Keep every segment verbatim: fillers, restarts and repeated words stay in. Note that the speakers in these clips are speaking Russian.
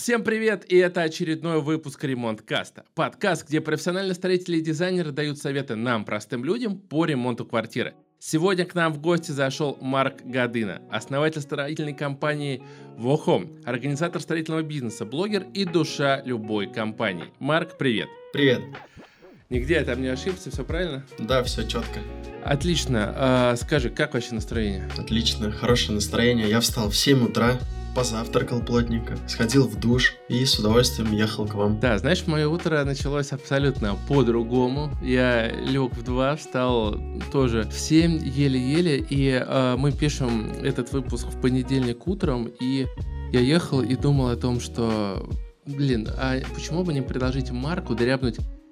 Всем привет, и это очередной выпуск Ремонткаста. Подкаст, где профессиональные строители и дизайнеры дают советы нам, простым людям, по ремонту квартиры. Сегодня к нам в гости зашел Марк Годына, основатель строительной компании Вохом, организатор строительного бизнеса, блогер и душа любой компании. Марк, привет. Привет. Нигде я там не ошибся, все правильно? Да, все четко. Отлично. А, скажи, как вообще настроение? Отлично, хорошее настроение. Я встал в семь утра, позавтракал плотненько, сходил в душ и с удовольствием ехал к вам. Да, знаешь, мое утро началось абсолютно по-другому. Я лег в два, встал тоже в семь, еле-еле, и э, мы пишем этот выпуск в понедельник утром, и я ехал и думал о том, что, блин, а почему бы не предложить Марку дрябнуть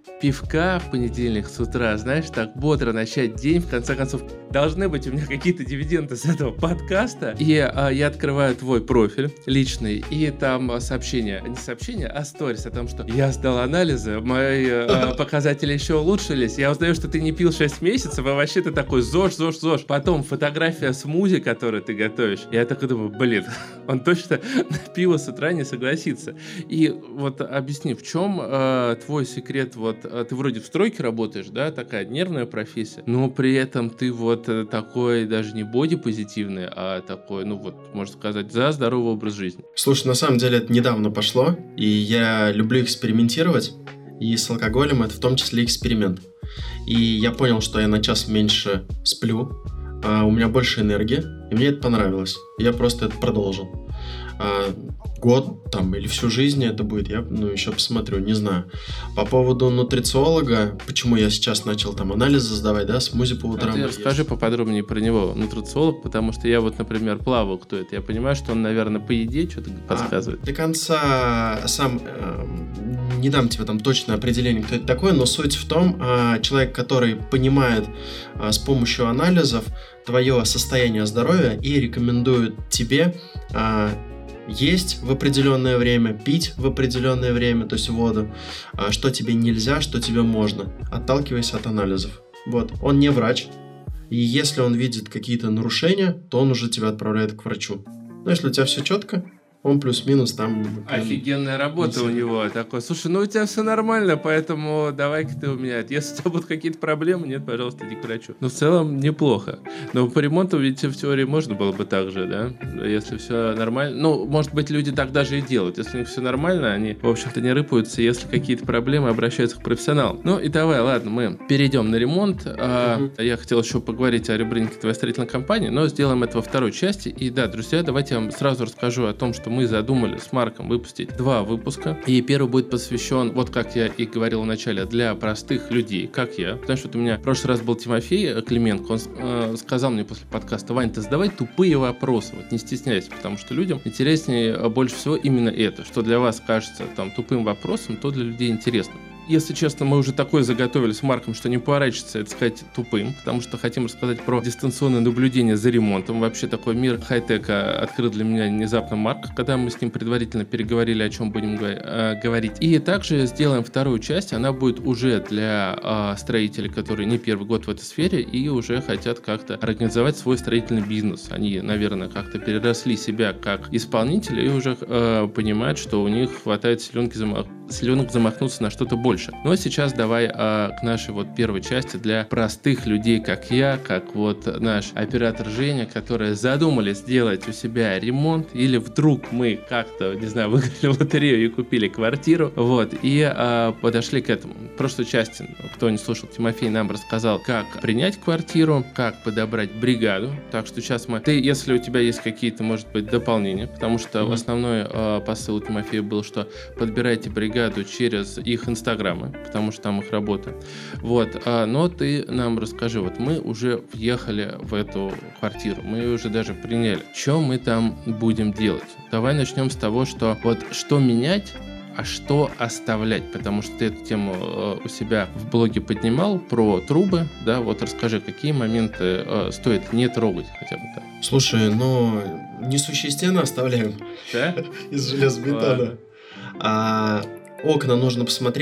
пивка в понедельник с утра, знаешь, так бодро начать день, в конце концов, должны быть у меня какие-то дивиденды с этого подкаста, и а, я открываю твой профиль личный, и там сообщение, не сообщение, а сторис о том, что я сдал анализы, мои а, показатели еще улучшились, я узнаю, что ты не пил шесть месяцев, а вообще ты такой ЗОЖ, ЗОЖ, ЗОЖ, потом фотография смузи, которую ты готовишь, я такой думаю, блин, он точно на пиво с утра не согласится. И вот объясни, в чем а, твой секрет, вот ты вроде в стройке работаешь, да, такая нервная профессия, но при этом ты вот такой даже не бодипозитивный, а такой, ну вот, можно сказать, за здоровый образ жизни. Слушай, на самом деле это недавно пошло, и я люблю экспериментировать, и с алкоголем это в том числе эксперимент. И я понял, что я на час меньше сплю, а у меня больше энергии, и мне это понравилось. Я просто это продолжил. А, год там или всю жизнь это будет, я ну, еще посмотрю, не знаю. По поводу нутрициолога, почему я сейчас начал там анализы сдавать, да, смузи по утрам. А ты расскажи есть. поподробнее про него, нутрициолог, потому что я вот, например, плавал, кто это, я понимаю, что он, наверное, по еде что-то подсказывает. А, до конца сам э, не дам тебе там точное определение, кто это такой, но суть в том, э, человек, который понимает э, с помощью анализов твое состояние здоровья и рекомендует тебе э, есть в определенное время, пить в определенное время, то есть воду, что тебе нельзя, что тебе можно, отталкиваясь от анализов. Вот, он не врач, и если он видит какие-то нарушения, то он уже тебя отправляет к врачу. Но если у тебя все четко, он плюс-минус там... Офигенная работа у него такой. Слушай, ну у тебя все нормально, поэтому давай-ка ты у меня... Если у тебя будут какие-то проблемы, нет, пожалуйста, иди к врачу. Но в целом неплохо. Но по ремонту, ведь в теории можно было бы так же, да? Если все нормально... Ну, может быть, люди так даже и делают. Если у них все нормально, они, в общем-то, не рыпаются. Если какие-то проблемы, обращаются к профессионалам. Ну и давай, ладно, мы перейдем на ремонт. А, uh-huh. Я хотел еще поговорить о ребрендинге твоей строительной компании, но сделаем это во второй части. И да, друзья, давайте я вам сразу расскажу о том, что мы задумали с Марком выпустить два выпуска. И первый будет посвящен, вот как я и говорил в начале, для простых людей, как я. Потому что вот у меня в прошлый раз был Тимофей Клименко, он э, сказал мне после подкаста: Вань, ты задавай тупые вопросы, вот не стесняйся, потому что людям интереснее больше всего именно это. Что для вас кажется там тупым вопросом, то для людей интересно. Если честно, мы уже такое заготовили с Марком, что не поворачивается это сказать тупым, потому что хотим рассказать про дистанционное наблюдение за ремонтом. Вообще такой мир хай-тека открыл для меня внезапно Марк, когда мы с ним предварительно переговорили, о чем будем э, говорить. И также сделаем вторую часть, она будет уже для э, строителей, которые не первый год в этой сфере и уже хотят как-то организовать свой строительный бизнес. Они, наверное, как-то переросли себя как исполнители и уже э, понимают, что у них хватает силенки замах... силенок замахнуться на что-то больше. Но сейчас давай а, к нашей вот первой части для простых людей, как я, как вот наш оператор Женя, которые задумали сделать у себя ремонт, или вдруг мы как-то, не знаю, выиграли лотерею и купили квартиру, вот, и а, подошли к этому. В прошлой части, кто не слушал, Тимофей нам рассказал, как принять квартиру, как подобрать бригаду, так что сейчас мы... Ты, если у тебя есть какие-то, может быть, дополнения, потому что mm-hmm. основной а, посыл у Тимофея был, что подбирайте бригаду через их инстаграм, потому что там их работа. Вот. А, но ты нам расскажи, вот мы уже въехали в эту квартиру, мы ее уже даже приняли. Что мы там будем делать? Давай начнем с того, что вот что менять, а что оставлять, потому что ты эту тему э, у себя в блоге поднимал про трубы, да, вот расскажи, какие моменты э, стоит не трогать хотя бы так. Слушай, ну, несущие стены оставляем, да? Из железобетона. А окна нужно посмотреть,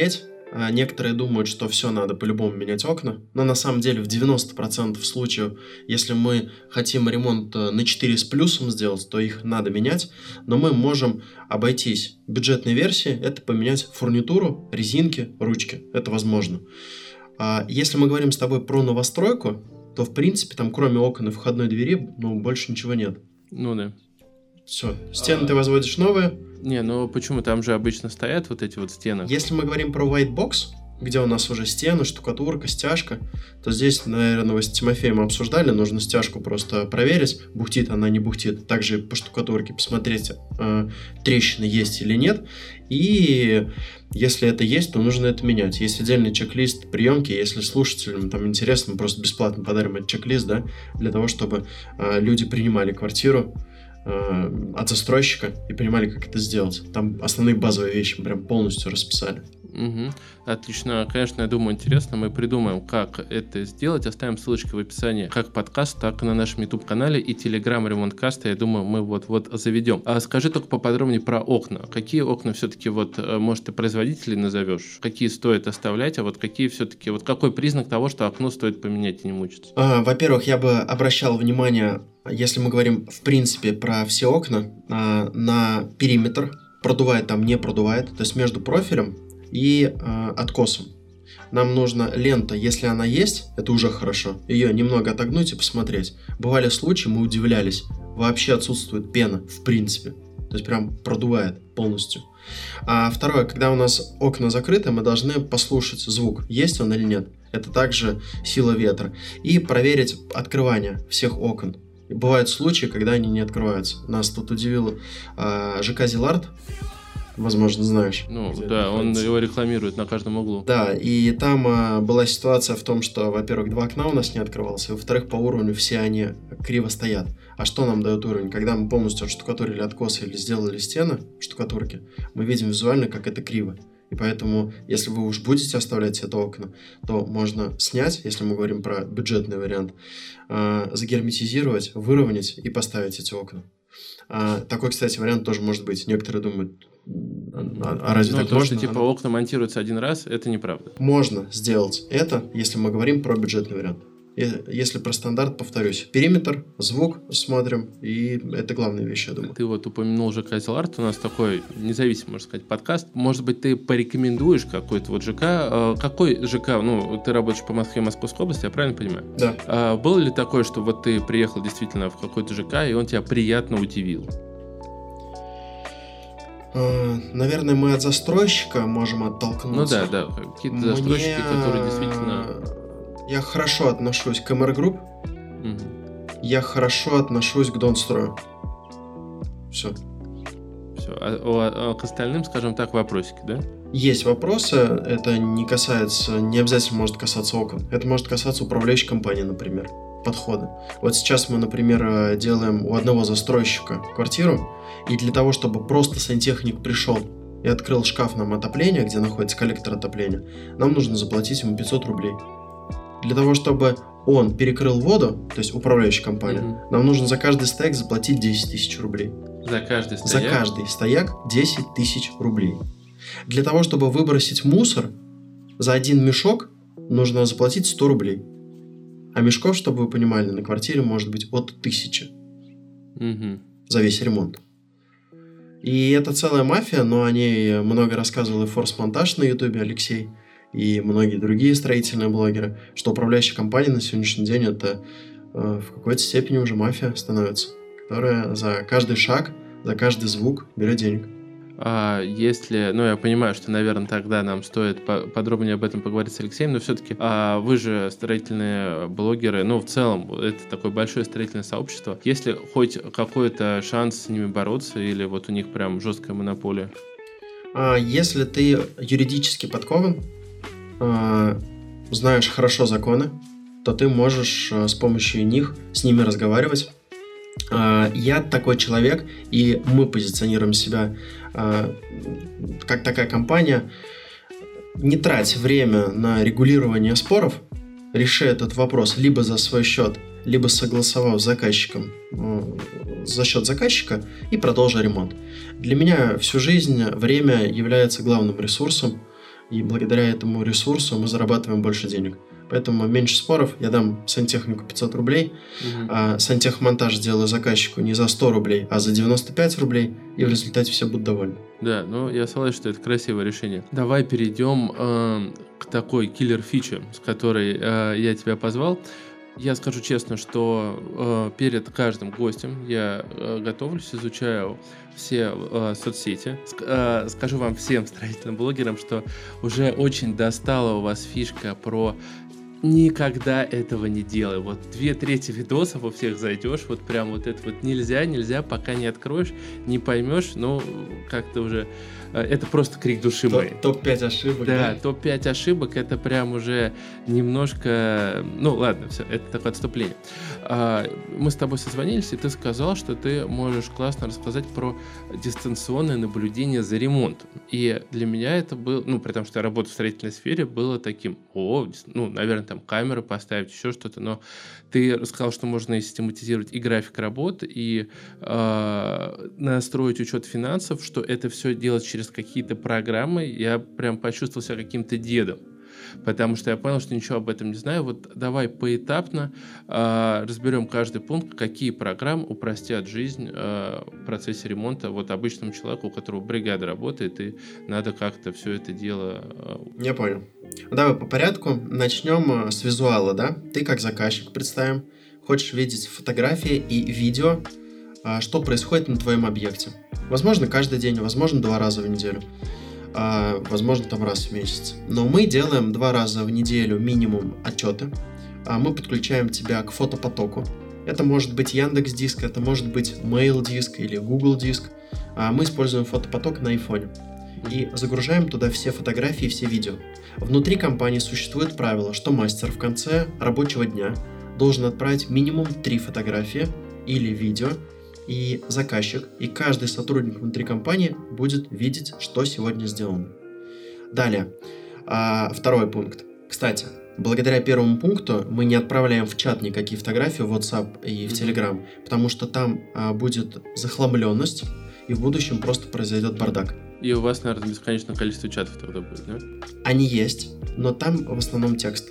А некоторые думают, что все, надо по-любому менять окна. Но на самом деле в девяносто процентов случаев, если мы хотим ремонт на четыре с плюсом сделать, то их надо менять. Но мы можем обойтись бюджетной версией, это поменять фурнитуру, резинки, ручки. Это возможно. А если мы говорим с тобой про новостройку, то в принципе там кроме окон и входной двери, ну, больше ничего нет. Ну да. Все, стены а... ты возводишь новые. Не, ну почему? Там же обычно стоят вот эти вот стены. Если мы говорим про white box, где у нас уже стены, штукатурка, стяжка, то здесь, наверное, вы с Тимофеем обсуждали, нужно стяжку просто проверить, бухтит она, не бухтит. Также по штукатурке посмотреть, э, трещины есть или нет. И если это есть, то нужно это менять. Есть отдельный чек-лист приемки, если слушателям там интересно, мы просто бесплатно подарим этот чек-лист, да, для того, чтобы э, люди принимали квартиру э, от застройщика и понимали, как это сделать. Там основные базовые вещи мы прям полностью расписали. Угу. Отлично. Конечно, я думаю, интересно. Мы придумаем, как это сделать. Оставим ссылочки в описании как подкаст, так и на нашем YouTube-канале и Telegram Ремонткаста. Я думаю, мы вот-вот заведем. А скажи только поподробнее про окна. Какие окна все-таки, вот, может, ты производителей назовешь? Какие стоит оставлять, а вот какие все-таки, вот какой признак того, что окно стоит поменять и не мучиться? А, во-первых, я бы обращал внимание, если мы говорим, в принципе, про все окна, а, на периметр. Продувает там, не продувает. То есть между профилем и э, откосом. Нам нужна лента, если она есть, это уже хорошо. Ее немного отогнуть и посмотреть. Бывали случаи, мы удивлялись. Вообще отсутствует пена, в принципе. То есть прям продувает полностью. А второе, когда у нас окна закрыты, мы должны послушать звук, есть он или нет. Это также сила ветра. И проверить открывание всех окон. Бывают случаи, когда они не открываются. Нас тут удивило э, ЖК Зилард. Возможно, знаешь. Ну, да, он его рекламирует на каждом углу. Да, и там а, была ситуация в том, что, во-первых, два окна у нас не открывалось, и, во-вторых, по уровню все они криво стоят. А что нам дает уровень? Когда мы полностью отштукатурили откосы или сделали стены штукатурки, мы видим визуально, как это криво. И поэтому, если вы уж будете оставлять это окна, то можно снять, если мы говорим про бюджетный вариант, а, загерметизировать, выровнять и поставить эти окна. А, такой, кстати, вариант тоже может быть. Некоторые думают, а, а разве ну, так то, можно? что типа Оно... окна монтируются один раз, это неправда. Можно сделать это, если мы говорим про бюджетный вариант. Если про стандарт, повторюсь, периметр, звук смотрим, и это главные вещи, я думаю. Ты вот упомянул ЖК Зилард, у нас такой независимый, можно сказать, подкаст. Может быть, ты порекомендуешь какой-то вот ЖК? Какой ЖК? Ну, ты работаешь по Москве и Московской области, я правильно понимаю? Да. А было ли такое, что вот ты приехал действительно в какой-то ЖК, и он тебя приятно удивил? Наверное, мы от застройщика можем оттолкнуться. Ну да, да, какие-то Мне... застройщики, которые действительно... Я хорошо отношусь к эм эр Group, угу. Я хорошо отношусь к Донстрою. Все. Все. А, а к остальным, скажем так, вопросики, да? Есть вопросы, это не касается, не обязательно может касаться окон. Это может касаться управляющей компании, например, подхода. Вот сейчас мы, например, делаем у одного застройщика квартиру, и для того, чтобы просто сантехник пришел и открыл шкаф нам отопления, где находится коллектор отопления, нам нужно заплатить ему пятьсот рублей. Для того, чтобы он перекрыл воду, то есть управляющая компания, mm-hmm. нам нужно за каждый стояк заплатить десять тысяч рублей. За каждый стояк? За каждый стояк десять тысяч рублей. Для того, чтобы выбросить мусор, за один мешок нужно заплатить сто рублей. А мешков, чтобы вы понимали, на квартире может быть от тысячи. Mm-hmm. За весь ремонт. И это целая мафия, но о ней много рассказывал и Форс-монтаж на ютубе Алексей, и многие другие строительные блогеры, что управляющая компания на сегодняшний день это э, в какой-то степени уже мафия становится, которая за каждый шаг, за каждый звук берет денег. А если, ну я понимаю, что, наверное, тогда нам стоит по- подробнее об этом поговорить с Алексеем, но все-таки а вы же строительные блогеры, ну в целом это такое большое строительное сообщество. Есть ли хоть какой-то шанс с ними бороться или вот у них прям жесткая монополия? А если ты юридически подкован, знаешь хорошо законы, то ты можешь с помощью них с ними разговаривать. Я такой человек, и мы позиционируем себя как такая компания. Не трать время на регулирование споров, реши этот вопрос либо за свой счет, либо согласовав с заказчиком за счет заказчика и продолжи ремонт. Для меня всю жизнь время является главным ресурсом. и благодаря этому ресурсу мы зарабатываем больше денег. Поэтому меньше споров, я дам сантехнику пятьсот рублей, угу. а сантехмонтаж сделаю заказчику не за сто рублей, а за девяносто пять рублей, и в результате все будут довольны. Да, ну я согласен, что это красивое решение. Давай перейдем э, к такой киллер-фиче, с которой э, я тебя позвал. Я скажу честно, что э, перед каждым гостем я э, готовлюсь, изучаю все э, соцсети. Ск- э, скажу вам всем строительным блогерам, что уже очень достала у вас фишка про никогда этого не делай. Вот две трети видосов у всех зайдешь, вот прям вот это вот нельзя, нельзя, пока не откроешь, не поймешь, ну, как-то уже... Это просто крик души моей. топ пять ошибок. Да, да? топ пять ошибок, это прям уже немножко... Ну, ладно, все, это такое отступление. Мы с тобой созвонились, и ты сказал, что ты можешь классно рассказать про дистанционное наблюдение за ремонтом. И для меня это было, ну, при том, что я работаю в строительной сфере, было таким, о, ну, наверное, там камеры поставить, еще что-то, но ты рассказал, что можно и систематизировать и график работы, и э, настроить учет финансов, что это все делать через какие-то программы. Я прям почувствовал себя каким-то дедом, потому что я понял, что ничего об этом не знаю. Вот давай поэтапно э, разберем каждый пункт, какие программы упростят жизнь э, в процессе ремонта вот обычному человеку, у которого бригада работает, и надо как-то все это дело... Э... Я понял. Давай по порядку. Начнем с визуала, да? Ты как заказчик, представим, хочешь видеть фотографии и видео, что происходит на твоем объекте. Возможно, каждый день, возможно, два раза в неделю, возможно, там раз в месяц. Но мы делаем два раза в неделю минимум отчеты. Мы подключаем тебя к фотопотоку. Это может быть Яндекс.Диск, это может быть Mail.Диск или Google.Диск. Мы используем фотопоток на айфоне и загружаем туда все фотографии и все видео. Внутри компании существует правило, что мастер в конце рабочего дня должен отправить минимум три фотографии или видео, и заказчик, и каждый сотрудник внутри компании будет видеть, что сегодня сделано. Далее, второй пункт. Кстати, благодаря первому пункту мы не отправляем в чат никакие фотографии в WhatsApp и в Telegram, потому что там будет захламленность, и в будущем просто произойдет бардак. И у вас, наверное, бесконечное количество чатов тогда будет, да? Они есть, но там в основном текст.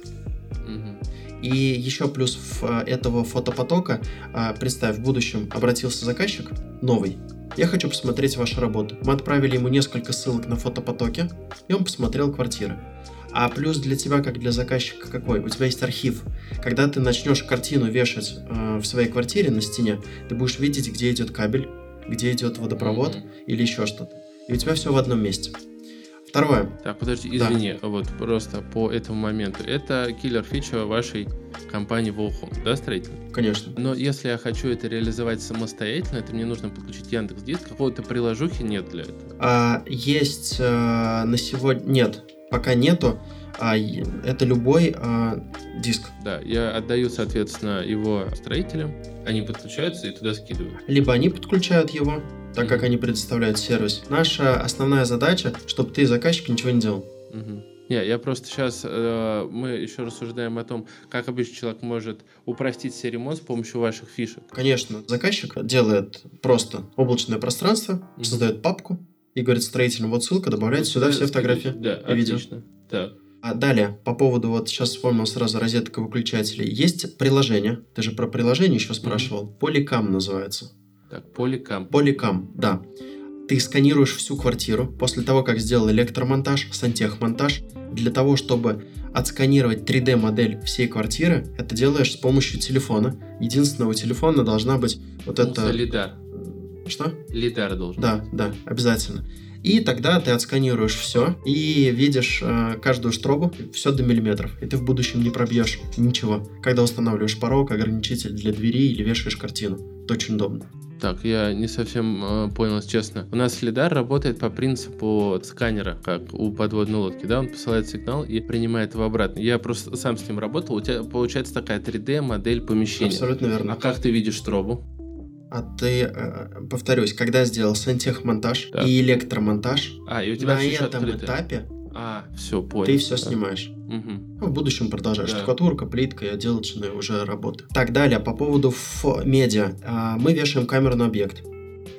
Угу. И еще плюс в этого фотопотока, представь, в будущем обратился заказчик, новый, я хочу посмотреть вашу работу. Мы отправили ему несколько ссылок на фотопотоке, и он посмотрел квартиры. А плюс для тебя, как для заказчика, какой? У тебя есть архив. Когда ты начнешь картину вешать э, в своей квартире на стене, ты будешь видеть, где идет кабель, где идет водопровод mm-hmm. или еще что-то. И у тебя все в одном месте. Второе. Так, подожди, извини, да. Вот просто по этому моменту. Это киллер-фича вашей компании Wallhome, да, строительной? Конечно. Но если я хочу это реализовать самостоятельно, это мне нужно подключить Яндекс.Диск, какого-то приложухи нет для этого? А, есть а, на сегодня... Нет, пока нету. А, это любой а, диск. Да, я отдаю, соответственно, его строителям, они подключаются и туда скидывают. Либо они подключают его, так mm-hmm. как они предоставляют сервис. Наша основная задача, чтобы ты, заказчик, ничего не делал. Mm-hmm. Не, я просто сейчас, э, мы еще рассуждаем о том, как обычный человек может упростить себе ремонт с помощью ваших фишек. Конечно, заказчик делает просто облачное пространство, mm-hmm. создает папку и говорит строителям, вот ссылка, добавляет сюда все фотографии да, и видео. Отлично. Так. А далее, по поводу, вот сейчас вспомнил сразу розетка выключателей. Есть приложение, ты же про приложение еще спрашивал, mm-hmm. Polycam называется. Так, Polycam. Polycam, да. Ты сканируешь всю квартиру после того, как сделал электромонтаж, сантехмонтаж. Для того, чтобы отсканировать три дэ-модель всей квартиры, это делаешь с помощью телефона. Единственное, у телефона должна быть вот Пулса это... лидар. Что? Лидар должен да, быть. Да, да, обязательно. И тогда ты отсканируешь все и видишь э, каждую штробу, все до миллиметров. И ты в будущем не пробьешь ничего, когда устанавливаешь порог, ограничитель для двери или вешаешь картину. Это очень удобно. Так, я не совсем э, понял, честно. У нас лидар работает по принципу сканера, как у подводной лодки, да? Он посылает сигнал и принимает его обратно. Я просто сам с ним работал. У тебя получается такая три дэ-модель помещения. Абсолютно верно. А как ты видишь штробу? А ты, э, повторюсь, когда сделал сантехмонтаж так. и электромонтаж, а, и у тебя на этом открыто. Этапе а, все, понял, ты все да. снимаешь. Угу. Ну, в будущем продолжаешь. Да. Штукатурка, плитка и отделочные уже работы. Так, далее, по поводу фо- медиа. А, мы вешаем камеру на объект.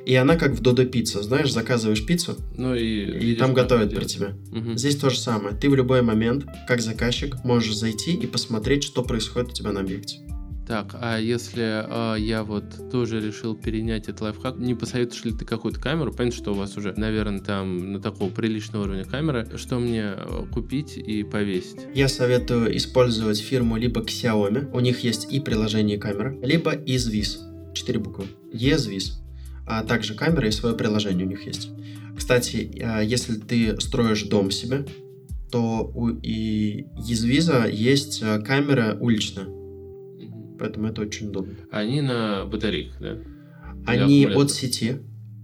И она как в Додо Пицца, знаешь, заказываешь пиццу, Ну и, и видишь, там как готовят это при делать. тебе. Мгм. Здесь то же самое. Ты в любой момент, как заказчик, можешь зайти и посмотреть, что происходит у тебя на объекте. Так, а если а, я вот тоже решил перенять этот лайфхак, не посоветуешь ли ты какую-то камеру? Понятно, что у вас уже, наверное, там на такого приличного уровня камера. Что мне э, купить и повесить? Я советую использовать фирму либо Xiaomi, у них есть и приложение и камера, либо eZvis, четыре буквы, eZvis, а также камера и свое приложение у них есть. Кстати, а, если ты строишь дом себе, то у и eZvis есть а, камера уличная, Мгм. поэтому это очень удобно. Они на батарейках, да? Или Они аккумулятор? от сети,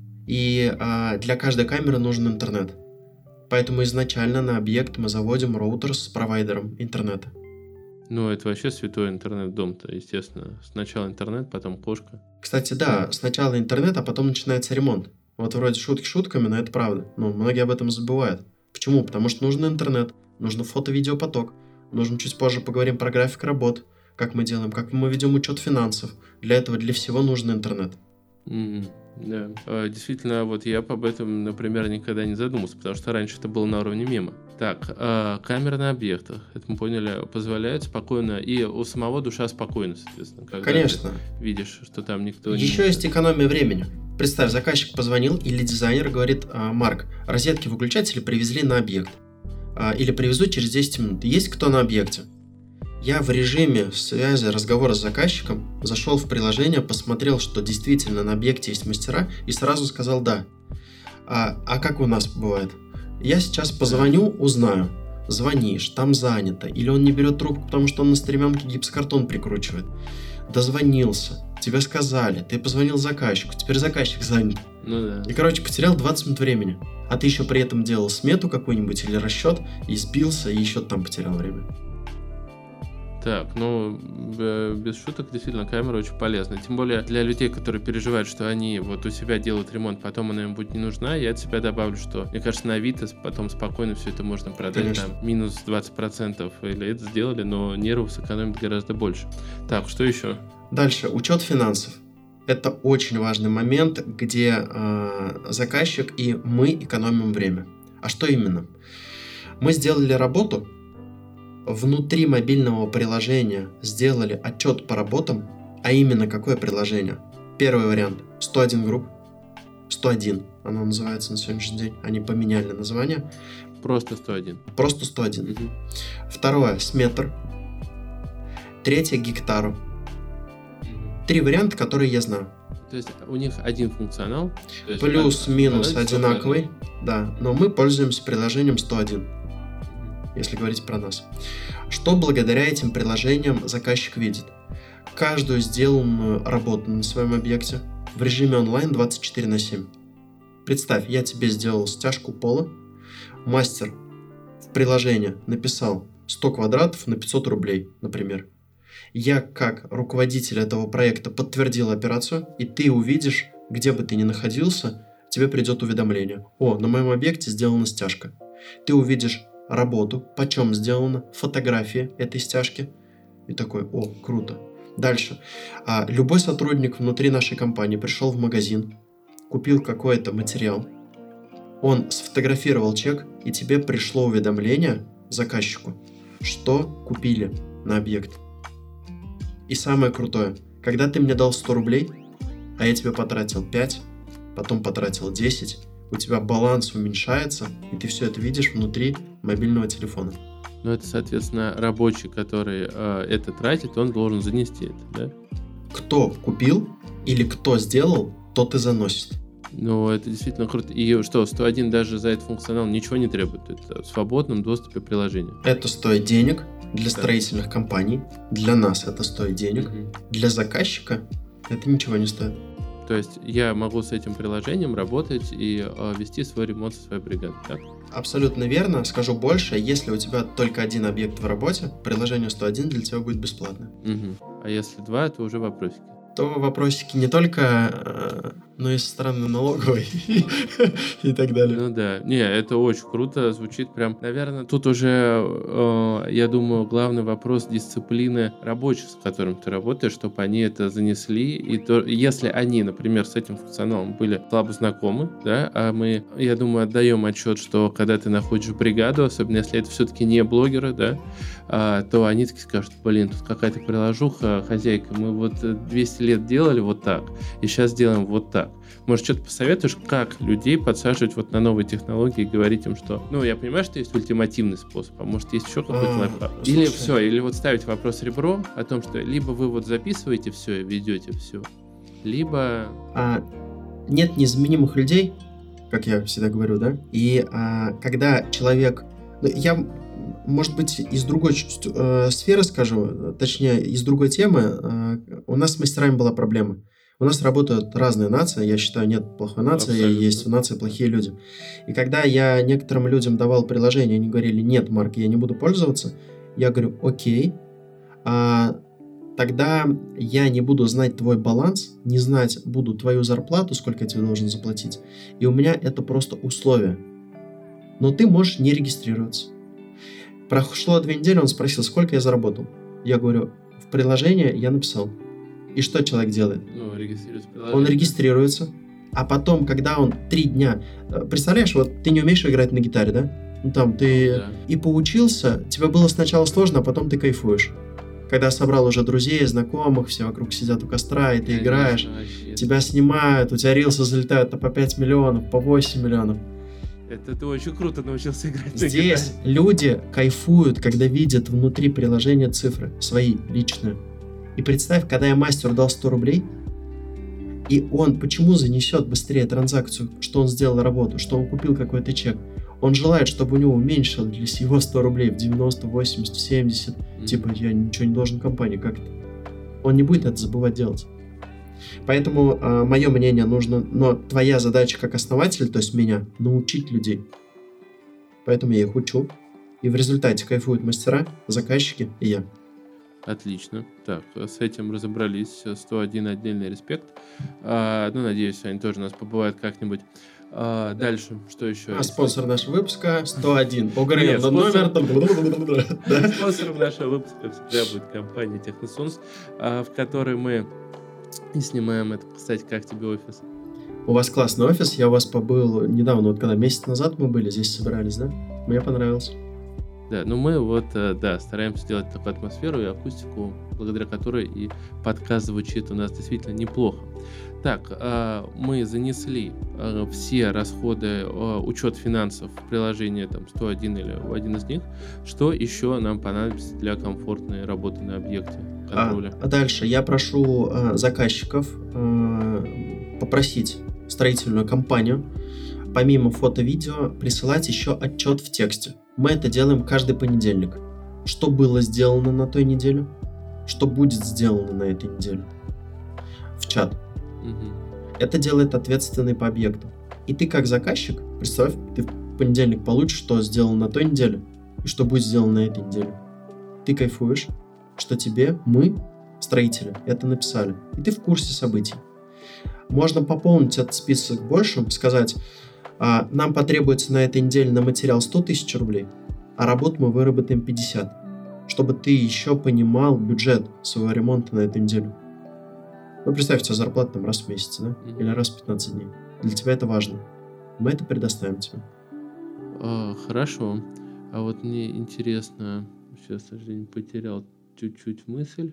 и а, для каждой камеры нужен интернет. Поэтому изначально на объект мы заводим роутер с провайдером интернета. Ну, это вообще святой интернет-дом-то, естественно. Сначала интернет, потом кошка. Кстати, да, сначала интернет, а потом начинается ремонт. Вот вроде шутки шутками, но это правда. Но многие об этом забывают. Почему? Потому что нужен интернет, нужен фото-видеопоток, нужно чуть позже поговорим про график работ, как мы делаем, как мы ведем учет финансов. Для этого, для всего нужен интернет. Мгм. Да. А, Действительно, вот я об этом, например, никогда не задумался, потому что раньше это было на уровне мема. Так, а, камера на объектах, это мы поняли, позволяет спокойно, и у самого душа спокойна, соответственно, когда Конечно. ты видишь, что там никто не... Еще есть экономия времени. Представь, заказчик позвонил, или дизайнер говорит: «А, Марк, розетки выключатели привезли на объект. А, или привезут через десять минут. Есть кто на объекте?» Я в режиме связи, разговора с заказчиком зашел в приложение, посмотрел, что действительно на объекте есть мастера, и сразу сказал «да». А, а как у нас бывает? Я сейчас позвоню, узнаю. Звонишь, там занято. Или он не берет трубку, потому что он на стремянке гипсокартон прикручивает. Дозвонился, тебе сказали, ты позвонил заказчику, теперь заказчик занят. Ну да. И, короче, потерял двадцать минут времени. А ты еще при этом делал смету какую-нибудь или расчет, и сбился, и еще там потерял время. Так, ну, э, без шуток, действительно, камера очень полезна. Тем более для людей, которые переживают, что они вот у себя делают ремонт, потом она им будет не нужна, я от себя добавлю, что, мне кажется, на Авито потом спокойно все это можно продать. Конечно. Там минус двадцать процентов. Или это сделали, но нервов сэкономит гораздо больше. Так, что еще? Дальше, учет финансов. Это очень важный момент, где э, заказчик и мы экономим время. А что именно? Мы сделали работу, внутри мобильного приложения сделали отчет по работам, а именно какое приложение? Первый вариант сто один групп, сто один оно называется на сегодняшний день, они поменяли название, Просто сто один. просто сто один. Мгм. Второе Сметр, третье Гектару. Три варианта, которые я знаю. То есть у них один функционал. то есть Плюс-минус анализ одинаковый, да, но мы пользуемся приложением сто один. Мгм. Если говорить про нас. Что благодаря этим приложениям заказчик видит? Каждую сделанную работу на своем объекте в режиме онлайн двадцать четыре на семь. Представь, я тебе сделал стяжку пола, мастер в приложении написал сто квадратов на пятьсот рублей, например. Я, как руководитель этого проекта, подтвердил операцию, и ты увидишь, где бы ты ни находился, тебе придет уведомление. О, на моем объекте сделана стяжка. Ты увидишь работу, почем сделано, фотографии этой стяжки. И такой: о, круто. Дальше. А, любой сотрудник внутри нашей компании пришел в магазин, купил какой-то материал, он сфотографировал чек, и тебе пришло уведомление заказчику, что купили на объект. И самое крутое, когда ты мне дал сто рублей, а я тебе потратил пять, потом потратил десять, у тебя баланс уменьшается, и ты все это видишь внутри мобильного телефона. Ну, это, соответственно, рабочий, который э, это тратит, он должен занести это, да? Кто купил или кто сделал, тот и заносит. Ну, это действительно круто. И что, сто один даже за этот функционал ничего не требует? Это в свободном доступе приложения. Это стоит денег для Да. строительных компаний, для нас это стоит денег, Мгм. для заказчика это ничего не стоит. То есть я могу с этим приложением работать и э, вести свой ремонт со своей бригадой, так? Абсолютно верно. Скажу больше, если у тебя только один объект в работе, приложение сто один для тебя будет бесплатно. Мгм. А если два, то уже вопросики. То вопросики не только э, Но и со стороны налоговой и так далее. Ну да. Не, это очень круто, звучит прям. Наверное, тут уже, э, я думаю, главный вопрос дисциплины рабочих, с которым ты работаешь, чтобы они это занесли. И то, если они, например, с этим функционалом были слабо знакомы, да, а мы, я думаю, отдаем отчет, что когда ты находишь бригаду, особенно если это все-таки не блогеры, да, а, то они таки скажут: блин, тут какая-то приложуха, хозяйка, мы вот двести лет делали вот так, и сейчас делаем вот так. Может, что-то посоветуешь, как людей подсаживать вот на новые технологии и говорить им, что... Ну, я понимаю, что есть ультимативный способ, а может, есть еще какой-то лайфхак. Или все, или вот ставить вопрос ребром о том, что либо вы вот записываете все и ведете все, либо... А, нет незаменимых людей, как я всегда говорю, да? И а, когда человек... Я, может быть, из другой э, сферы скажу, точнее, из другой темы. Э, у нас с мастерами была проблема. У нас работают разные нации, я считаю, нет плохой нации, абсолютно. Есть в нации плохие люди. И когда я некоторым людям давал приложение, они говорили: нет, Марк, я не буду пользоваться, я говорю: окей, а, тогда я не буду знать твой баланс, не знать буду твою зарплату, сколько я тебе должен заплатить, и у меня это просто условие. Но ты можешь не регистрироваться. Прошло две недели, он спросил, сколько я заработал. Я говорю: в приложение я написал. И что человек делает? Ну, регистрируется он регистрируется, а потом, когда он три дня... Представляешь, вот ты не умеешь играть на гитаре, да? Ну, там ты да. и поучился, тебе было сначала сложно, а потом ты кайфуешь. Когда собрал уже друзей, знакомых, все вокруг сидят у костра, и ты Конечно, играешь, вообще. Тебя снимают, у тебя рилсы залетают по пять миллионов, по восемь миллионов. Это ты очень круто научился играть. Здесь люди кайфуют, когда видят внутри приложения цифры, свои, личные. И представь, когда я мастеру дал сто рублей, и он почему занесет быстрее транзакцию, что он сделал работу, что он купил какой-то чек. Он желает, чтобы у него уменьшились его сто рублей в девяносто, восемьдесят, семьдесят. Mm-hmm. Типа, я ничего не должен компании, как это? Он не будет это забывать делать. Поэтому э, мое мнение нужно, но твоя задача как основатель, то есть меня, научить людей. Поэтому я их учу. И в результате кайфуют мастера, заказчики и я. Отлично. Так, с этим разобрались. сто один отдельный респект. А, ну, надеюсь, они тоже у нас побывают как-нибудь. А, дальше, что еще? А спонсор нашего выпуска сто один. Поговорим на номер. Спонсором нашего выпуска всегда будет компания Техносунс, в которой мы и снимаем это. Кстати, как тебе офис? У вас классный офис. Я у вас побыл недавно, вот когда месяц назад мы были, здесь собирались, да? Мне понравилось. Да, ну мы вот, да, стараемся сделать такую атмосферу и акустику, благодаря которой и подкаст звучит у нас действительно неплохо. Так, мы занесли все расходы, учет финансов в приложение там сто один или в один из них. Что еще нам понадобится для комфортной работы на объекте контроля? А, а дальше я прошу заказчиков попросить строительную компанию помимо фото-видео присылать еще отчет в тексте. Мы это делаем каждый понедельник. Что было сделано на той неделе, что будет сделано на этой неделе. В чат. Угу. Это делает ответственный по объекту. И ты как заказчик, представь, ты в понедельник получишь, что сделано на той неделе и что будет сделано на этой неделе. Ты кайфуешь, что тебе мы, строители, это написали. И ты в курсе событий. Можно пополнить этот список больше, сказать: а, нам потребуется на этой неделе на материал сто тысяч рублей, а работу мы выработаем пятьдесят, чтобы ты еще понимал бюджет своего ремонта на эту неделю. Ну, представь, у тебя зарплата там раз в месяц, да? Mm-hmm. Или раз в пятнадцать дней. Для тебя это важно. Мы это предоставим тебе. А, хорошо. А вот мне интересно, сейчас, к сожалению, потерял чуть-чуть мысль.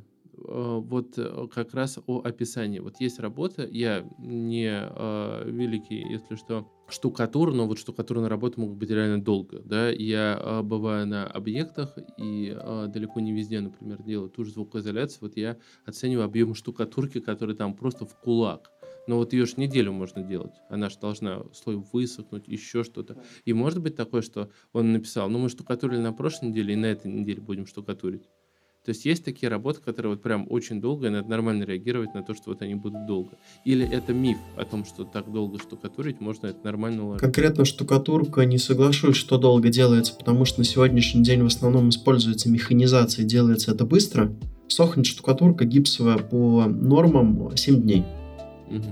Вот как раз о описании. Вот есть работа, я не э, великий, если что, штукатур, но вот штукатурные работы могут быть реально долго, да, я э, бываю на объектах и э, далеко не везде, например, делаю ту же звукоизоляцию, вот я оцениваю объем штукатурки, который там просто в кулак. Но вот ее же неделю можно делать. Она же должна слой высохнуть, еще что-то. И может быть такое, что он написал: ну мы штукатурили на прошлой неделе, и на этой неделе будем штукатурить. То есть есть такие работы, которые вот прям очень долго, и надо нормально реагировать на то, что вот они будут долго. Или это миф о том, что так долго штукатурить, можно это нормально уложить? Конкретно штукатурка, не соглашусь, что долго делается, потому что на сегодняшний день в основном используется механизация, делается это быстро. Сохнет штукатурка гипсовая по нормам семь дней. Угу.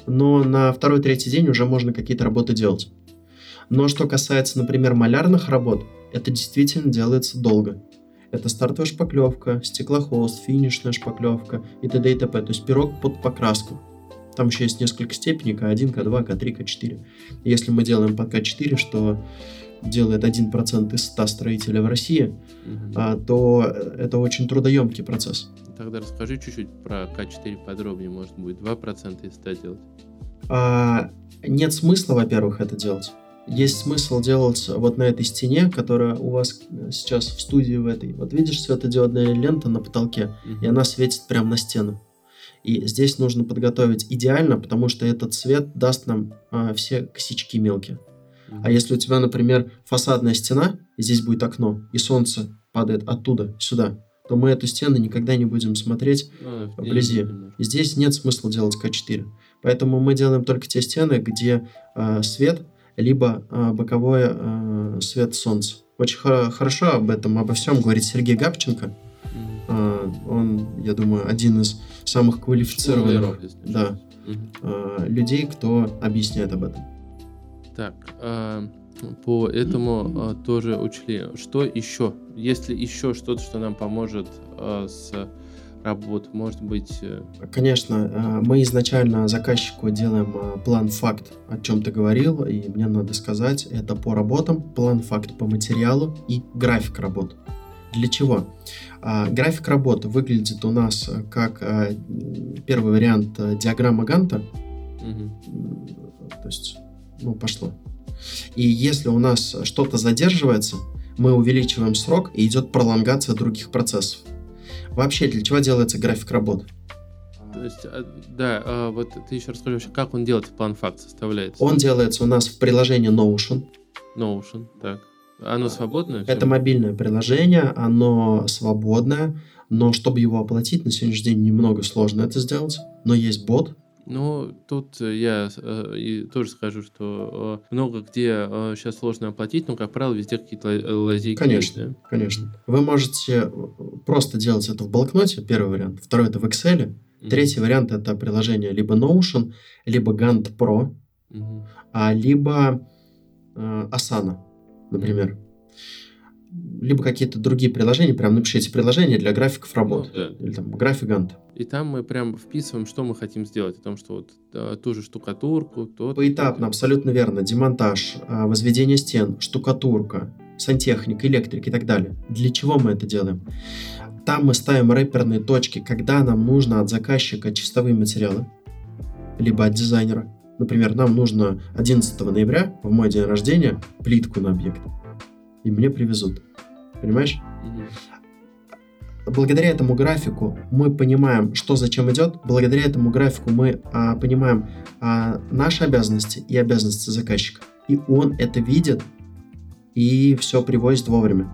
но на второй-третий день уже можно какие-то работы делать. Но что касается, например, малярных работ, это действительно делается долго. Это стартовая шпаклевка, стеклохолст, финишная шпаклевка и т.д. и т.п. То есть пирог под покраску. Там еще есть несколько степеней, ка один, ка два, ка три, ка четыре. Если мы делаем под ка четыре, что делает один процент из ста строителей в России, угу. а, то это очень трудоемкий процесс. Тогда расскажи чуть-чуть про ка четыре подробнее, может будет два процента из ста делать. А, нет смысла, во-первых, это делать. Есть смысл делать вот на этой стене, которая у вас сейчас в студии в этой. Вот видишь, светодиодная лента на потолке, угу. и она светит прямо на стену. И здесь нужно подготовить идеально, потому что этот свет даст нам а, все косячки мелкие. Mm-hmm. А если у тебя, например, фасадная стена, и здесь будет окно, и солнце падает оттуда сюда, то мы эту стену никогда не будем смотреть mm-hmm. вблизи. Mm-hmm. И здесь нет смысла делать ка четыре. Поэтому мы делаем только те стены, где а, свет, либо а, боковой а, свет солнца. Очень хо- хорошо об этом, обо всем говорит Сергей Габченко. Mm-hmm. А, он, я думаю, один из самых квалифицированных ну, да, угу. э, людей, кто объясняет об этом. Так, э, по этому э, тоже учли. Что еще? Есть ли еще что-то, что нам поможет э, с работой? Может быть... Э... Конечно. Э, мы изначально заказчику делаем э, план-факт, о чем ты говорил, и мне надо сказать, это по работам, план-факт по материалу и график работ. Для чего? А, график работы выглядит у нас как а, первый вариант а, диаграмма Ганта. Угу. То есть, ну, пошло. И если у нас что-то задерживается, мы увеличиваем срок, и идет пролонгация других процессов. Вообще, для чего делается график работы? То есть, да, вот ты еще расскажи вообще, как он делается, план-факт составляется? Он делается у нас в приложении Notion. Notion, так. Оно свободное? Это мобильное приложение, оно свободное, но чтобы его оплатить, на сегодняшний день немного сложно это сделать, но есть бот. Ну, тут я э, и тоже скажу, что э, много где э, сейчас сложно оплатить, но, как правило, везде какие-то лазейки. Конечно, есть, да? конечно. Вы можете просто делать это в блокноте, первый вариант. Второй — это в Excel. Mm-hmm. Третий вариант — это приложение либо Notion, либо Gantt Pro, mm-hmm. а, либо э, Asana. Например. Mm-hmm. Либо какие-то другие приложения, прям напишите приложение для графиков работы. Ну, да. Или там график Ганта. И там мы прям вписываем, что мы хотим сделать. О том, что вот да, ту же штукатурку, то... Поэтапно, абсолютно верно. Демонтаж, возведение стен, штукатурка, сантехника, электрик и так далее. Для чего мы это делаем? Там мы ставим рэперные точки, когда нам нужно от заказчика чистовые материалы, либо от дизайнера. Например, нам нужно одиннадцатого ноября, в мой день рождения, плитку на объект. И мне привезут. Понимаешь? Mm-hmm. Благодаря этому графику мы понимаем, что зачем идет. Благодаря этому графику мы а, понимаем а, наши обязанности и обязанности заказчика. И он это видит и все привозит вовремя.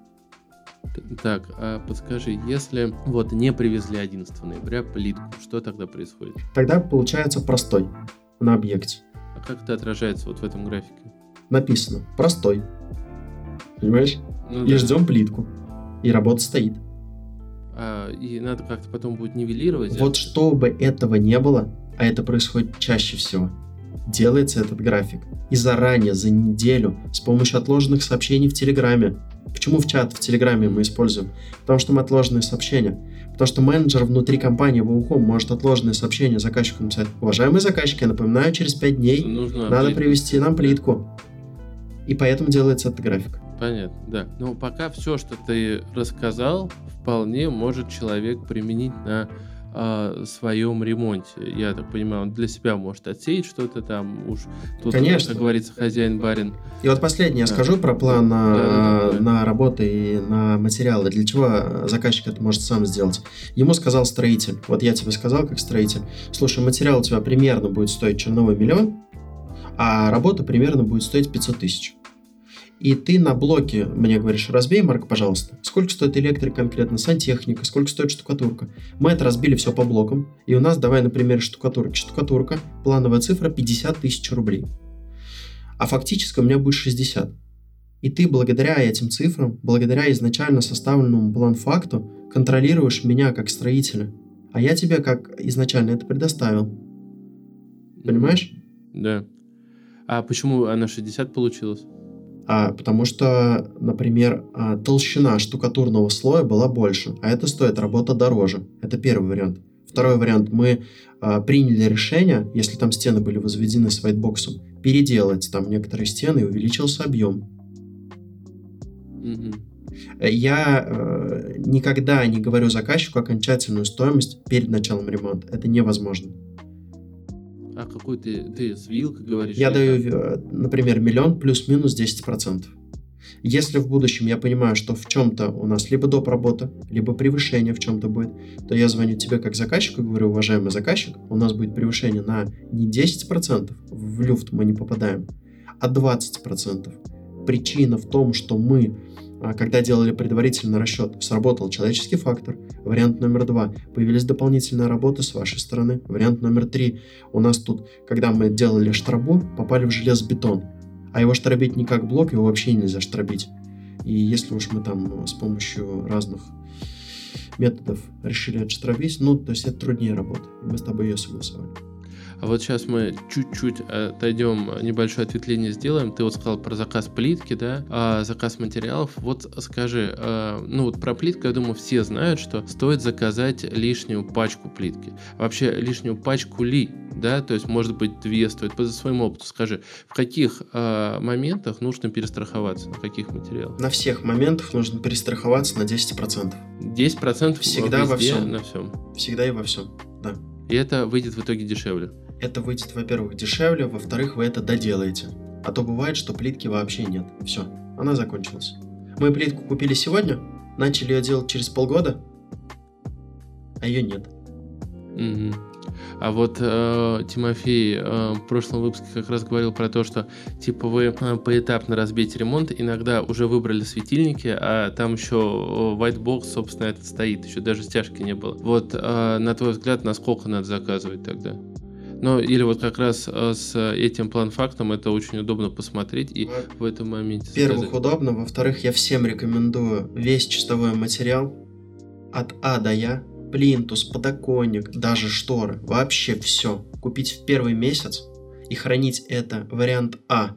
Так, а подскажи, если вот не привезли одиннадцатого ноября плитку, что тогда происходит? Тогда получается простой на объекте. А как это отражается вот в этом графике? Написано простой. Понимаешь? Ну, и да. Ждем плитку. И работа стоит. А, и надо как-то потом будет нивелировать? Вот это? Чтобы этого не было, а это происходит чаще всего, делается этот график. И заранее, за неделю, с помощью отложенных сообщений в Телеграме. Почему в чат в Телеграме мы используем? Потому что мы отложенные сообщения. Потому что менеджер внутри компании в УХОМ может отложенные сообщения заказчику написать: уважаемые заказчики, я напоминаю, через пять дней нужно надо плитку. Привезти нам плитку. И поэтому делается этот график. Понятно, да. Но пока все, что ты рассказал, вполне может человек применить на э, своем ремонте. Я так понимаю, он для себя может отсеять что-то там уж. Тут, конечно, как говорится, хозяин-барин. И вот последнее да. я скажу про план на, да, да, да. на работы и на материалы. Для чего заказчик это может сам сделать? Ему сказал строитель. Вот я тебе сказал, как строитель: слушай, материал у тебя примерно будет стоить черновой миллион, а работа примерно будет стоить пятьсот тысяч. И ты на блоке мне говоришь: разбей, Марк, пожалуйста, сколько стоит электрик конкретно, сантехника, сколько стоит штукатурка. Мы это разбили все по блокам, и у нас, давай на примере штукатурки. Штукатурка, плановая цифра пятьдесят тысяч рублей. А фактически у меня будет шестьдесят. И ты благодаря этим цифрам, благодаря изначально составленному план-факту, контролируешь меня как строителя. А я тебе как изначально это предоставил. Понимаешь? Да. А почему она шестьдесят получилась? А, потому что, например, а, толщина штукатурного слоя была больше, а это стоит работа дороже. Это первый вариант. Второй вариант. Мы а, приняли решение, если там стены были возведены с вайтбоксом, переделать там некоторые стены, и увеличился объем. Мгм. Я э, никогда не говорю заказчику окончательную стоимость перед началом ремонта. Это невозможно. А какой ты, ты с вилкой говоришь? Я или даю, как? э, например, миллион плюс-минус десять процентов. Если в будущем я понимаю, что в чем-то у нас либо доп. Работа, либо превышение в чем-то будет, то я звоню тебе как заказчику и говорю: уважаемый заказчик, у нас будет превышение на не десять процентов, в люфт мы не попадаем, а двадцать процентов. Причина в том, что мы, а, когда делали предварительный расчет, сработал человеческий фактор. Вариант номер два. Появились дополнительные работы с вашей стороны. Вариант номер три. У нас тут, когда мы делали штрабу, попали в железобетон. А его штробить не как блок, его вообще нельзя штробить. И если уж мы там ну, с помощью разных методов решили отштробить, ну, то есть это труднее работа. Мы с тобой ее согласовали. А вот сейчас мы чуть-чуть отойдем, небольшое ответвление сделаем. Ты вот сказал про заказ плитки, да, а заказ материалов. Вот скажи, а, ну вот про плитку, я думаю, все знают, что стоит заказать лишнюю пачку плитки. Вообще лишнюю пачку ли, да, то есть может быть две стоит. По своему опыту скажи, в каких а, моментах нужно перестраховаться, на каких материалах? На всех моментах нужно перестраховаться на десять процентов. десять процентов Всегда везде, во всем. на всем. Всегда и во всем, да. И это выйдет в итоге дешевле. Это выйдет, во-первых, дешевле, во-вторых, вы это доделаете. А то бывает, что плитки вообще нет. Все, она закончилась. Мы плитку купили сегодня, начали ее делать через полгода, а ее нет. Мгм. А вот э, Тимофей э, в прошлом выпуске как раз говорил про то, что типа вы э, поэтапно разбейте ремонт, иногда уже выбрали светильники, а там еще white box, собственно, этот стоит, еще даже стяжки не было. Вот э, на твой взгляд, насколько надо заказывать тогда? Ну, или вот как раз э, с этим план-фактом это очень удобно посмотреть и в этом моменте Во-первых, заказать. удобно. Во-вторых, я всем рекомендую весь чистовой материал от А до Я. Плинтус, подоконник, даже шторы. Вообще все. Купить в первый месяц и хранить это. Вариант А.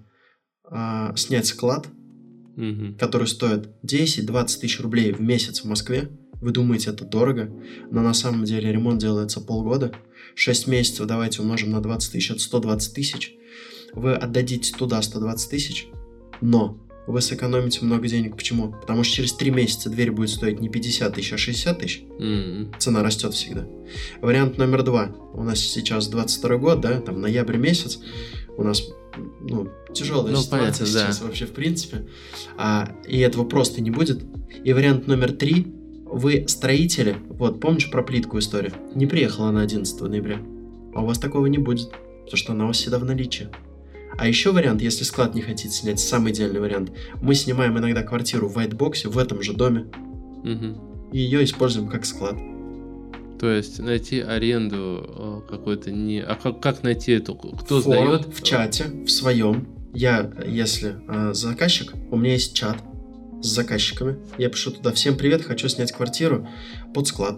а снять склад, Мгм. который стоит десять-двадцать тысяч рублей в месяц в Москве. Вы думаете, это дорого, но на самом деле ремонт делается полгода. шесть месяцев давайте умножим на двадцать тысяч, это сто двадцать тысяч. Вы отдадите туда сто двадцать тысяч, но вы сэкономите много денег. Почему? Потому что через три месяца дверь будет стоить не пятьдесят тысяч, а шестьдесят тысяч. Мгм. Цена растет всегда. Вариант номер два. У нас сейчас двадцать второй год, да, там ноябрь месяц. У нас ну, тяжелая Ну, ситуация понятно, сейчас да. вообще в принципе. А, и этого просто не будет. И вариант номер три. Вы строители, вот, помнишь про плитку историю? Не приехала она одиннадцатого ноября. А у вас такого не будет, потому что она у вас всегда в наличии. А еще вариант, если склад не хотите снять, самый идеальный вариант. Мы снимаем иногда квартиру в вайтбоксе в этом же доме Мгм. и ее используем как склад. То есть найти аренду э, какой-то не... А как, как найти эту? Кто Форум сдает? в чате, в своем. Я, если э, заказчик, у меня есть чат с заказчиками. Я пишу туда: всем привет, хочу снять квартиру под склад.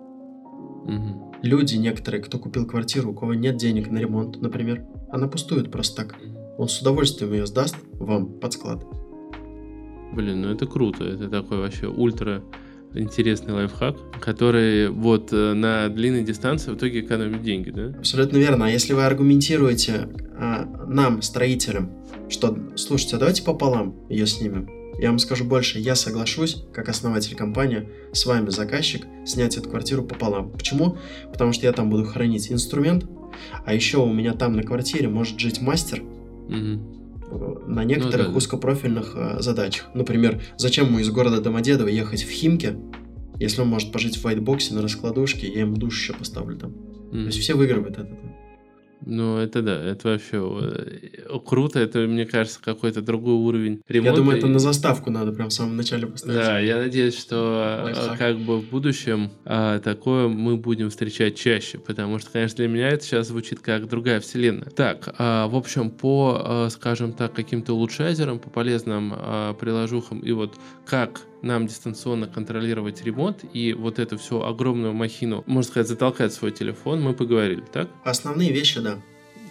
Мгм. Люди некоторые, кто купил квартиру, у кого нет денег на ремонт, например, она пустует просто так. Он с удовольствием ее сдаст вам под склад. Блин, ну это круто. Это такой вообще ультра интересный лайфхак, который вот э, на длинной дистанции в итоге экономит деньги, да? Абсолютно верно. А если вы аргументируете а, нам, строителям, что, слушайте, а давайте пополам ее снимем. Я вам скажу больше, я соглашусь, как основатель компании, с вами, заказчик, снять эту квартиру пополам. Почему? Потому что я там буду хранить инструмент, а еще у меня там на квартире может жить мастер Мгм. на некоторых Ну, да. узкопрофильных э, задачах. Например, зачем ему из города Домодедово ехать в Химки, если он может пожить в вайтбоксе на раскладушке, я ему душ еще поставлю там. То Мгм. есть все выигрывают от этого. Ну, это да, это вообще э, круто, это, мне кажется, какой-то другой уровень ремонта. Я думаю, это и- на заставку надо прям в самом начале поставить. Да, я надеюсь, что э, Лайфхак. как бы в будущем а, такое мы будем встречать чаще, потому что, конечно, для меня это сейчас звучит как другая вселенная. Так, а, в общем, по, а, скажем так, каким-то улучшайзерам, по полезным а, приложухам и вот как нам дистанционно контролировать ремонт и вот эту всю огромную махину, можно сказать, затолкать в свой телефон, мы поговорили, так? Основные вещи, да.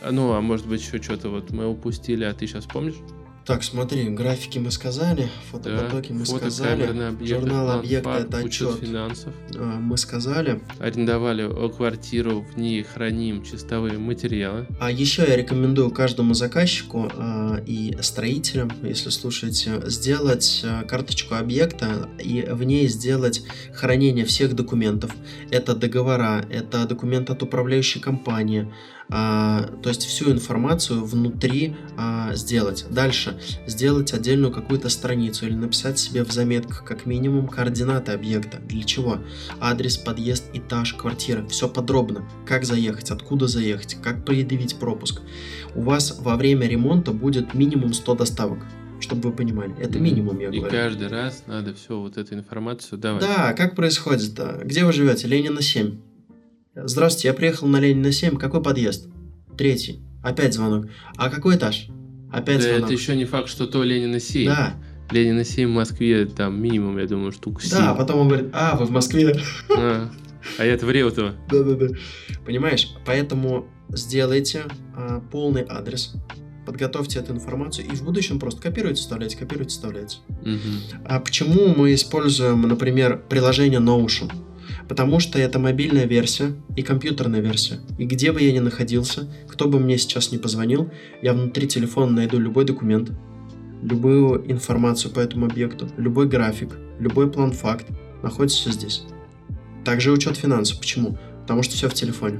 Ну, а может быть, еще что-то вот мы упустили, а ты сейчас помнишь? Так, смотри, графики мы сказали, фотопотоки Да, мы фото, сказали, камеры на объектах, журнал план, объекта факт, это учет отчет финансов. а, мы сказали. Арендовали квартиру, в ней храним чистовые материалы. А еще я рекомендую каждому заказчику а, и строителям, если слушаете, сделать а, карточку объекта и в ней сделать хранение всех документов. Это договора, это документы от управляющей компании. А, то есть всю информацию внутри а, сделать. Дальше сделать отдельную какую-то страницу или написать себе в заметках как минимум координаты объекта. Для чего? Адрес, подъезд, этаж, квартира. Все подробно. Как заехать, откуда заехать, как предъявить пропуск. У вас во время ремонта будет минимум сто доставок. Чтобы вы понимали. Это минимум, я И говорю. И каждый раз надо всю вот эту информацию давать. Да, как происходит-то? Где вы живете? Ленина семь. Здравствуйте, я приехал на Ленина семь. Какой подъезд? Третий. Опять звонок. А какой этаж? Опять Да, звонок. это еще не факт, что то Ленина семь. Да. Ленина семь в Москве там минимум, я думаю, штук семь. Да, а потом он говорит, а, вы в Москве. А, а я-то в Реутово. Да-да-да. Понимаешь? Поэтому сделайте а, полный адрес, подготовьте эту информацию и в будущем просто копируйте, вставляйте, копируйте, вставляйте. Угу. А почему мы используем, например, приложение Notion? Потому что это мобильная версия и компьютерная версия. И где бы я ни находился, кто бы мне сейчас не позвонил, я внутри телефона найду любой документ, любую информацию по этому объекту, любой график, любой план-факт находится все здесь. Также учет финансов. Почему? Потому что все в телефоне.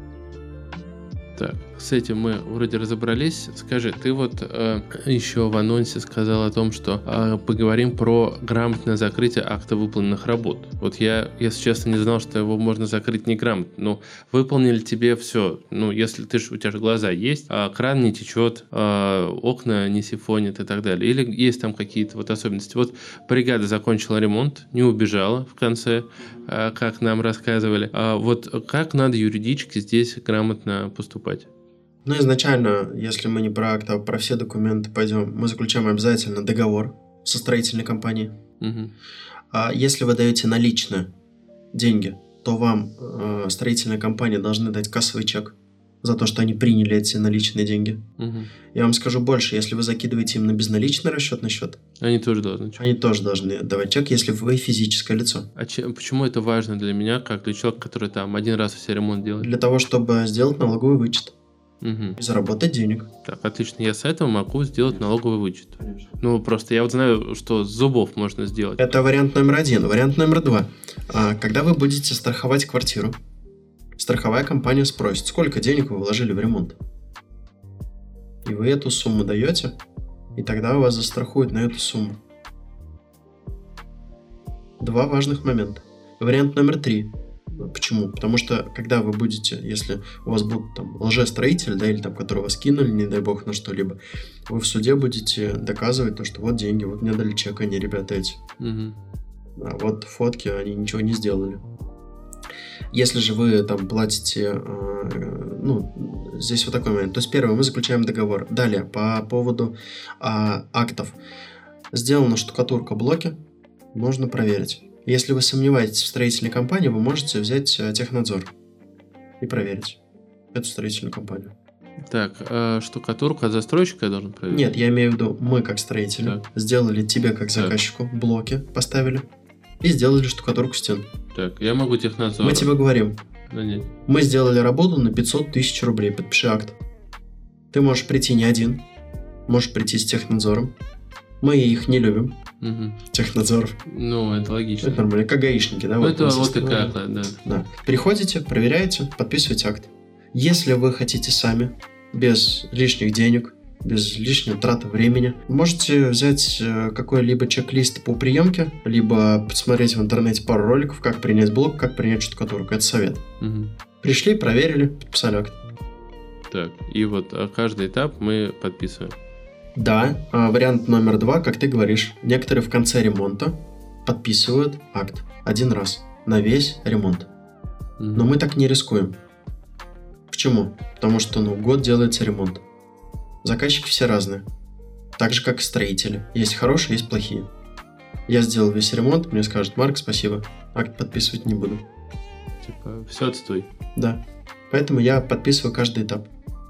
Так, с этим мы вроде разобрались. Скажи, ты вот э, еще в анонсе сказал о том, что э, поговорим про грамотное закрытие акта выполненных работ. Вот я, если честно, не знал, что его можно закрыть неграмотно. Ну, выполнили тебе все. Ну, если ты ж, у тебя же глаза есть, а кран не течет, а окна не сифонят и так далее. Или есть там какие-то вот особенности. Вот бригада закончила ремонт, не убежала в конце, э, как нам рассказывали. А вот как надо юридически здесь грамотно поступать? Ну, изначально, если мы не про акт, а про все документы пойдем, мы заключаем обязательно договор со строительной компанией. Угу. А если вы даете наличные деньги, то вам э, строительная компания должны дать кассовый чек за то, что они приняли эти наличные деньги. Угу. Я вам скажу больше, если вы закидываете им на безналичный расчетный счет, Они тоже должны. они тоже должны давать чек, если вы физическое лицо. А че, почему это важно для меня, как для человека, который там один раз все ремонт делает? Для того, чтобы сделать налоговый вычет Угу. и заработать денег. Так, отлично. Я с этого могу сделать налоговый вычет. Ну, просто я вот знаю, что с зубов можно сделать. Это вариант номер один. Вариант номер два. А, когда вы будете страховать квартиру, страховая компания спросит, сколько денег вы вложили в ремонт. И вы эту сумму даете, и тогда вас застрахуют на эту сумму. Два важных момента. Вариант номер три. Почему? Потому что, когда вы будете, если у вас будут там лжестроитель, да, или там, который вас кинули, не дай бог, на что-либо, вы в суде будете доказывать то, что вот деньги, вот мне дали чек, они, ребята, эти. Угу. А вот фотки, они ничего не сделали. Если же вы там платите, э, ну, здесь вот такой момент. То есть, первое, мы заключаем договор. Далее, по поводу э, актов. Сделана штукатурка блоки, можно проверить. Если вы сомневаетесь в строительной компании, вы можете взять э, технадзор и проверить эту строительную компанию. Так, а штукатурку от застройщика я должен проверить? Нет, я имею в виду, мы как строители Так. сделали тебе как заказчику так. блоки, поставили и сделали штукатурку стен. Так, я могу технадзор. Мы тебе говорим, Да нет. мы сделали работу на пятьсот тысяч рублей, подпиши акт. Ты можешь прийти не один, можешь прийти с технадзором. Мы их не любим, угу. технадзоров. Ну, это логично. Это нормально, как гаишники, да? Ну, вот, это вот и как, да. да. Приходите, проверяете, подписываете акт. Если вы хотите сами, без лишних денег, без лишней траты времени, можете взять какой-либо чек-лист по приемке, либо посмотреть в интернете пару роликов, как принять блок, как принять штукатурку. Это совет. Угу. Пришли, проверили, подписали акт. Так, и вот каждый этап мы подписываем. Да, вариант номер два, как ты говоришь, некоторые в конце ремонта подписывают акт один раз на весь ремонт. Mm-hmm. Но мы так не рискуем. Почему? Потому что, ну, год делается ремонт. Заказчики все разные. Так же, как и строители. Есть хорошие, есть плохие. Я сделал весь ремонт, мне скажут: Марк, спасибо, акт подписывать не буду. Типа, все, отстой. Да. Поэтому я подписываю каждый этап.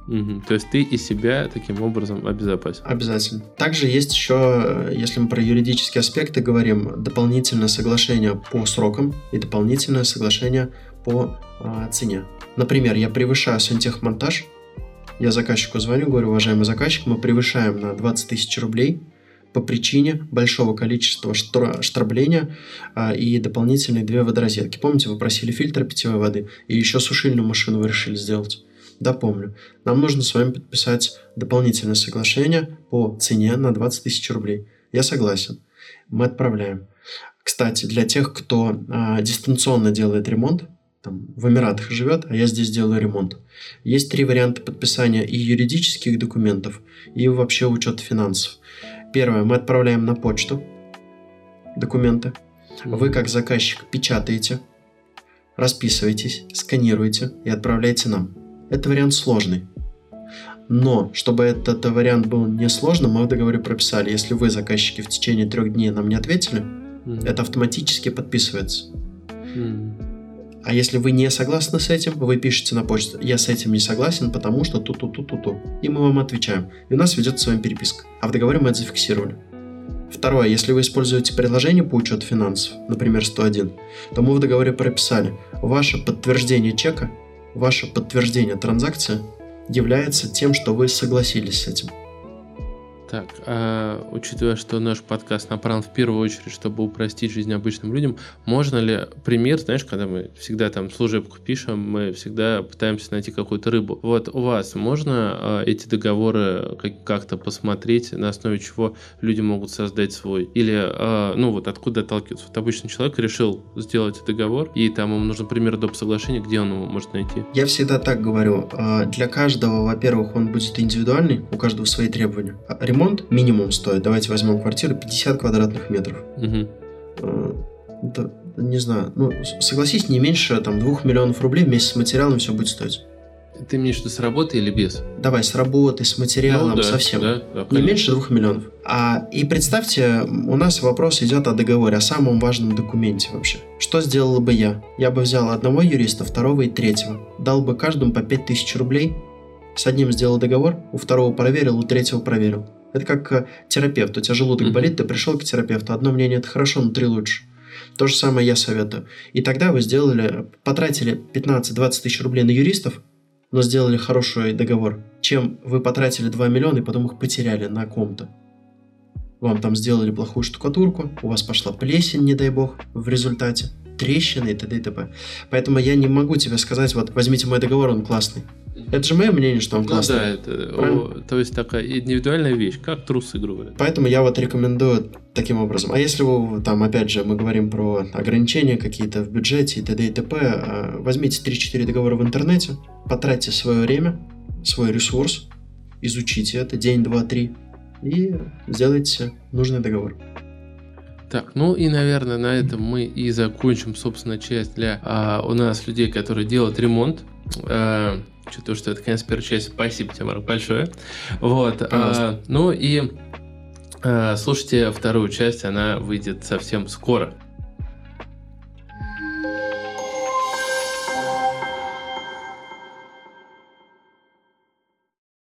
Угу. То есть ты и себя таким образом обезопасил. Обязательно. Также есть еще, если мы про юридические аспекты говорим, дополнительное соглашение по срокам и дополнительное соглашение по а, цене. Например, я превышаю сантехмонтаж, я заказчику звоню, говорю: уважаемый заказчик, мы превышаем на двадцать тысяч рублей по причине большого количества штра- штрабления а, и дополнительные две водорозетки. Помните, вы просили фильтр питьевой воды и еще сушильную машину вы решили сделать? Да, помню. Нам нужно с вами подписать дополнительное соглашение по цене на двадцать тысяч рублей. Я согласен. Мы отправляем. Кстати, для тех, кто а, дистанционно делает ремонт, там, в Эмиратах живет, а я здесь делаю ремонт, есть три варианта подписания и юридических документов, и вообще учета финансов. Первое. Мы отправляем на почту документы. Вы, как заказчик, печатаете, расписываетесь, сканируете и отправляете нам. Это вариант сложный. Но, чтобы этот вариант был несложным, мы в договоре прописали: если вы, заказчики, в течение трех дней нам не ответили, mm-hmm. это автоматически подписывается. Mm-hmm. А если вы не согласны с этим, вы пишете на почту: я с этим не согласен, потому что ту-ту-ту-ту-ту. И мы вам отвечаем. И у нас ведется с вами переписка. А в договоре мы это зафиксировали. Второе. Если вы используете приложение по учету финансов, например, сто один, то мы в договоре прописали: ваше подтверждение чека, ваше подтверждение транзакции является тем, что вы согласились с этим. Так, а учитывая, что наш подкаст направлен в первую очередь, чтобы упростить жизнь обычным людям, можно ли пример, знаешь, когда мы всегда там служебку пишем, мы всегда пытаемся найти какую-то рыбу. Вот у вас можно а, эти договоры как- как-то посмотреть, на основе чего люди могут создать свой? Или, а, ну вот откуда отталкиваться? Вот обычный человек решил сделать договор, и там ему нужен пример доп. Соглашения, где он его может найти? Я всегда так говорю. Для каждого, во-первых, он будет индивидуальный, у каждого свои требования. Ремонт минимум стоит, давайте возьмем квартиру, пятьдесят квадратных метров. Угу. Да, не знаю, ну, согласись, не меньше там двух миллионов рублей вместе с материалом все будет стоить. Ты имеешь в виду с работы или без? Давай, с работы, с материалом, ну, да, совсем. Да, да, не меньше двух миллионов. А, и представьте, у нас вопрос идет о договоре, о самом важном документе вообще. Что сделала бы я? Я бы взял одного юриста, второго и третьего. Дал бы каждому по пять тысяч рублей. С одним сделал договор, у второго проверил, у третьего проверил. Это как э, терапевт. У тебя желудок mm-hmm. болит, ты пришел к терапевту. Одно мнение – это хорошо, но три лучше. То же самое я советую. И тогда вы сделали, потратили пятнадцать-двадцать тысяч рублей на юристов, но сделали хороший договор, чем вы потратили два миллиона и потом их потеряли на ком-то. Вам там сделали плохую штукатурку, у вас пошла плесень, не дай бог, в результате, трещины и т.д. и т.п. Поэтому я не могу тебе сказать: вот, возьмите мой договор, он классный. Это же мое мнение, что он ну, классный. Да, это, о, то есть такая индивидуальная вещь, как трусы, грубо говоря. Поэтому я вот рекомендую таким образом. А если вы, там, опять же, мы говорим про ограничения какие-то в бюджете и т.д. и т.п., возьмите три-четыре договора в интернете, потратьте свое время, свой ресурс, изучите это день, два, три и сделайте нужный договор. Так, ну и, наверное, на этом мы и закончим, собственно, часть для а, у нас людей, которые делают ремонт. А, Что-то, что это, конечно, первая часть. Спасибо тебе, Марк, большое. Вот. А, ну и а, слушайте вторую часть, она выйдет совсем скоро.